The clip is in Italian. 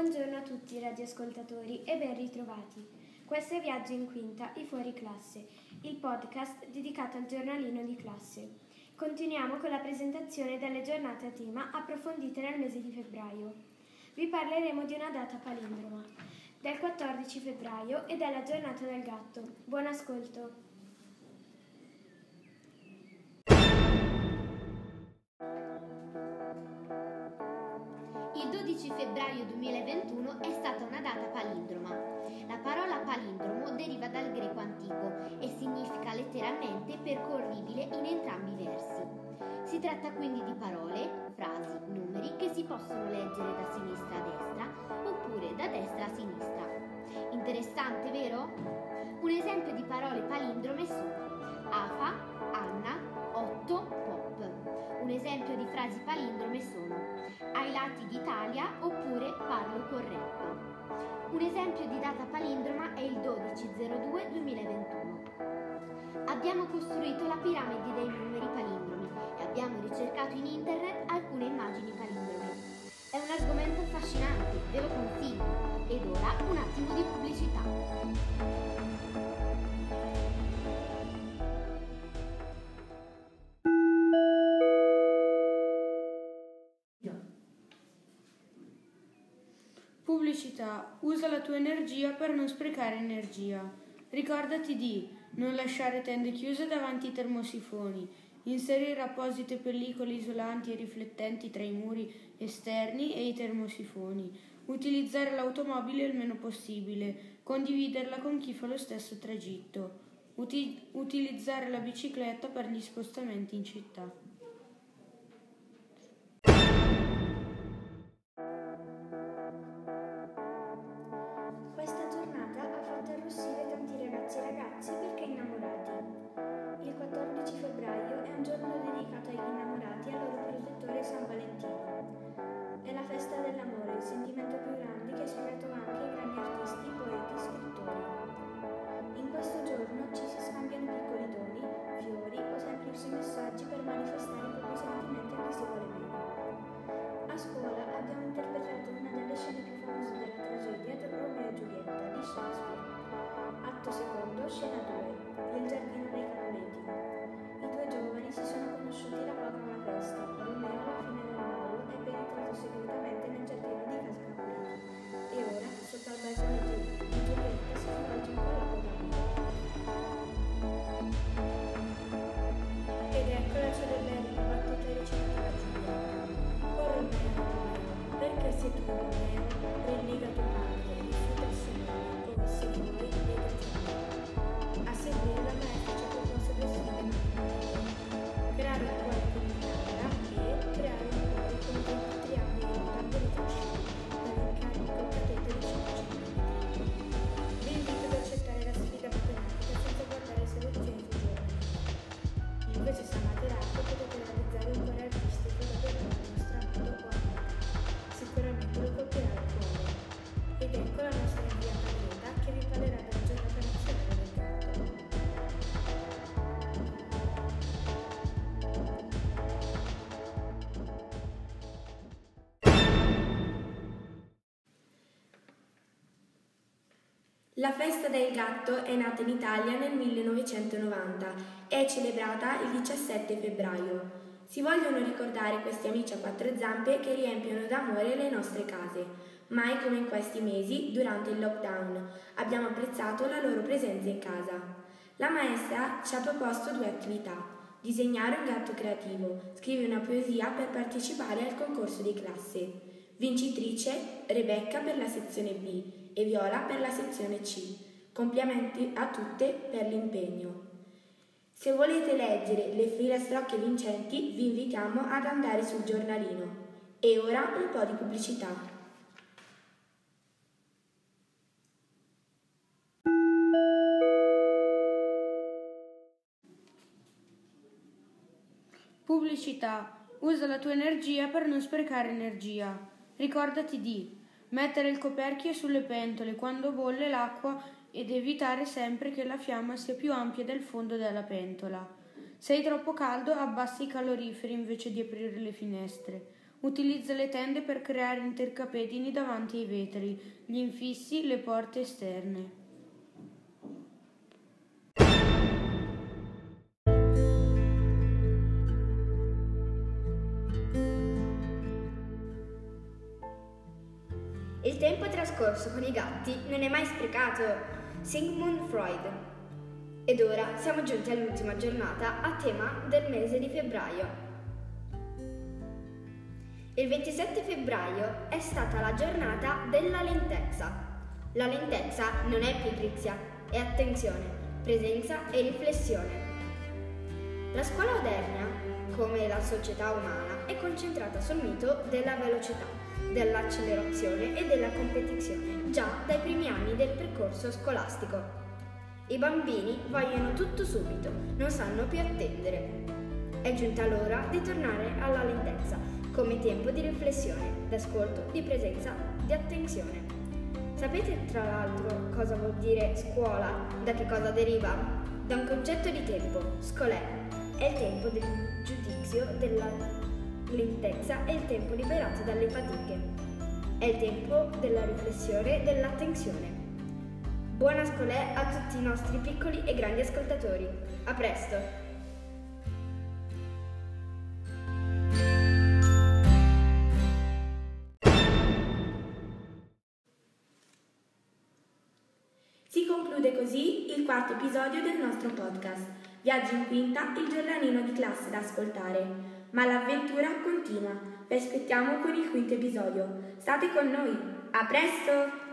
Buongiorno a tutti radioascoltatori e ben ritrovati. Questo è Viaggio in Quinta, i fuori classe, il podcast dedicato al giornalino di classe. Continuiamo con la presentazione delle giornate a tema approfondite nel mese di febbraio. Vi parleremo di una data palindroma, del 14 febbraio e della giornata del gatto. Buon ascolto! Il 12 febbraio 2021 è stata una data palindroma. La parola palindromo deriva dal greco antico e significa letteralmente percorribile in entrambi i versi. Si tratta quindi di parole, frasi, numeri che si possono leggere da sinistra a destra oppure da destra a sinistra. Interessante, vero? Un esempio di parole palindrome sono AFA, Anna, 8, Pop. Un esempio di frasi palindrome sono ai lati d'Italia oppure parlo corretto. Un esempio di data palindroma è il 12/02/2021. Abbiamo costruito la piramide dei numeri palindromi e abbiamo ricercato in internet alcune immagini palindrome. È un argomento affascinante, ve lo consiglio. Ed ora un attimo di pubblicità. Pubblicità. Usa la tua energia per non sprecare energia. Ricordati di non lasciare tende chiuse davanti ai termosifoni, inserire apposite pellicole isolanti e riflettenti tra i muri esterni e i termosifoni, utilizzare l'automobile il meno possibile, condividerla con chi fa lo stesso tragitto, utilizzare la bicicletta per gli spostamenti in città. Questa giornata ha fatto arrossire tanti ragazzi e ragazze perché innamorati. Il 14 febbraio è un giorno dedicato agli innamorati e al loro protettore San Valentino. È la festa dell'amore, il sentimento più grande che ha ispirato anche grandi artisti, poeti, scrittori. In questo giorno ci si scambiano piccoli doni, fiori o semplici messaggi per manifestare i propri sentimenti a chi si vuole bene. A scuola abbiamo interpretato una delle scene più famose della tragedia Romeo e Giulietta di Shakespeare. Atto secondo, scena 2, il giardino dei Capuleti. I due giovani si sono conosciuti da poco a una festa. Romeo alla fine del ballo è penetrato segretamente nel giardino di casa Capuleti. E ora, sotto al balcone di Giulietta, si svolge un colloquio d'amore. Ed ecco la celeberrima battuta recitata da Giulietta. Oh Romeo, perché sei tu Romeo? Rinnega tuo padre, rifiuta il Signore, come se vuoi, legati a me. A seguire la maestra ci ha proposto due sfide matematiche. Creare un cuore con un'ara e creare un cuore con 20 triangoli rettangoli trascini per l'incarico il cateto di 5 cm. Vi invito ad accettare la sfida matematica senza guardare le soluzioni sui giorni. Invece se amate l'arte potete realizzare un cuore artistico da donare al nostro amato o amica. Sicuramente lo colpirà il cuore. Ed ecco la nostra inviata Greta che vi parlerà della giornata nazionale del gatto. La festa del gatto è nata in Italia nel 1990 e è celebrata il 17 febbraio. Si vogliono ricordare questi amici a quattro zampe che riempiono d'amore le nostre case. Mai come in questi mesi, durante il lockdown, abbiamo apprezzato la loro presenza in casa. La maestra ci ha proposto due attività: disegnare un gatto creativo, scrivere una poesia per partecipare al concorso di classe. Vincitrice Rebecca per la sezione B e Viola per la sezione C. Complimenti a tutte per l'impegno. Se volete leggere le filastrocche vincenti, vi invitiamo ad andare sul giornalino. E ora un po' di pubblicità. Pubblicità. Usa la tua energia per non sprecare energia. Ricordati di mettere il coperchio sulle pentole quando bolle l'acqua ed evitare sempre che la fiamma sia più ampia del fondo della pentola. Se è troppo caldo, abbassa i caloriferi invece di aprire le finestre. Utilizza le tende per creare intercapedini davanti ai vetri, gli infissi, le porte esterne. Il tempo trascorso con i gatti non è mai sprecato. Sigmund Freud. Ed ora siamo giunti all'ultima giornata a tema del mese di febbraio. Il 27 febbraio è stata la giornata della lentezza. La lentezza non è pigrizia, è attenzione, presenza e riflessione. La scuola odierna, come la società umana, è concentrata sul mito della velocità, dell'accelerazione e della competizione, già dai primi anni del percorso scolastico. I bambini vogliono tutto subito, non sanno più attendere. È giunta l'ora di tornare alla lentezza, come tempo di riflessione, d'ascolto, di presenza, di attenzione. Sapete tra l'altro cosa vuol dire scuola? Da che cosa deriva? Da un concetto di tempo, scolè. È il tempo del giudizio, della lentezza e il tempo liberato dalle fatiche. È il tempo della riflessione e dell'attenzione. Buona scolè a tutti i nostri piccoli e grandi ascoltatori. A presto! Si conclude così il quarto episodio del nostro podcast. Viaggi in quinta, il giornalino di classe da ascoltare. Ma l'avventura continua. Vi aspettiamo con il quinto episodio. State con noi. A presto!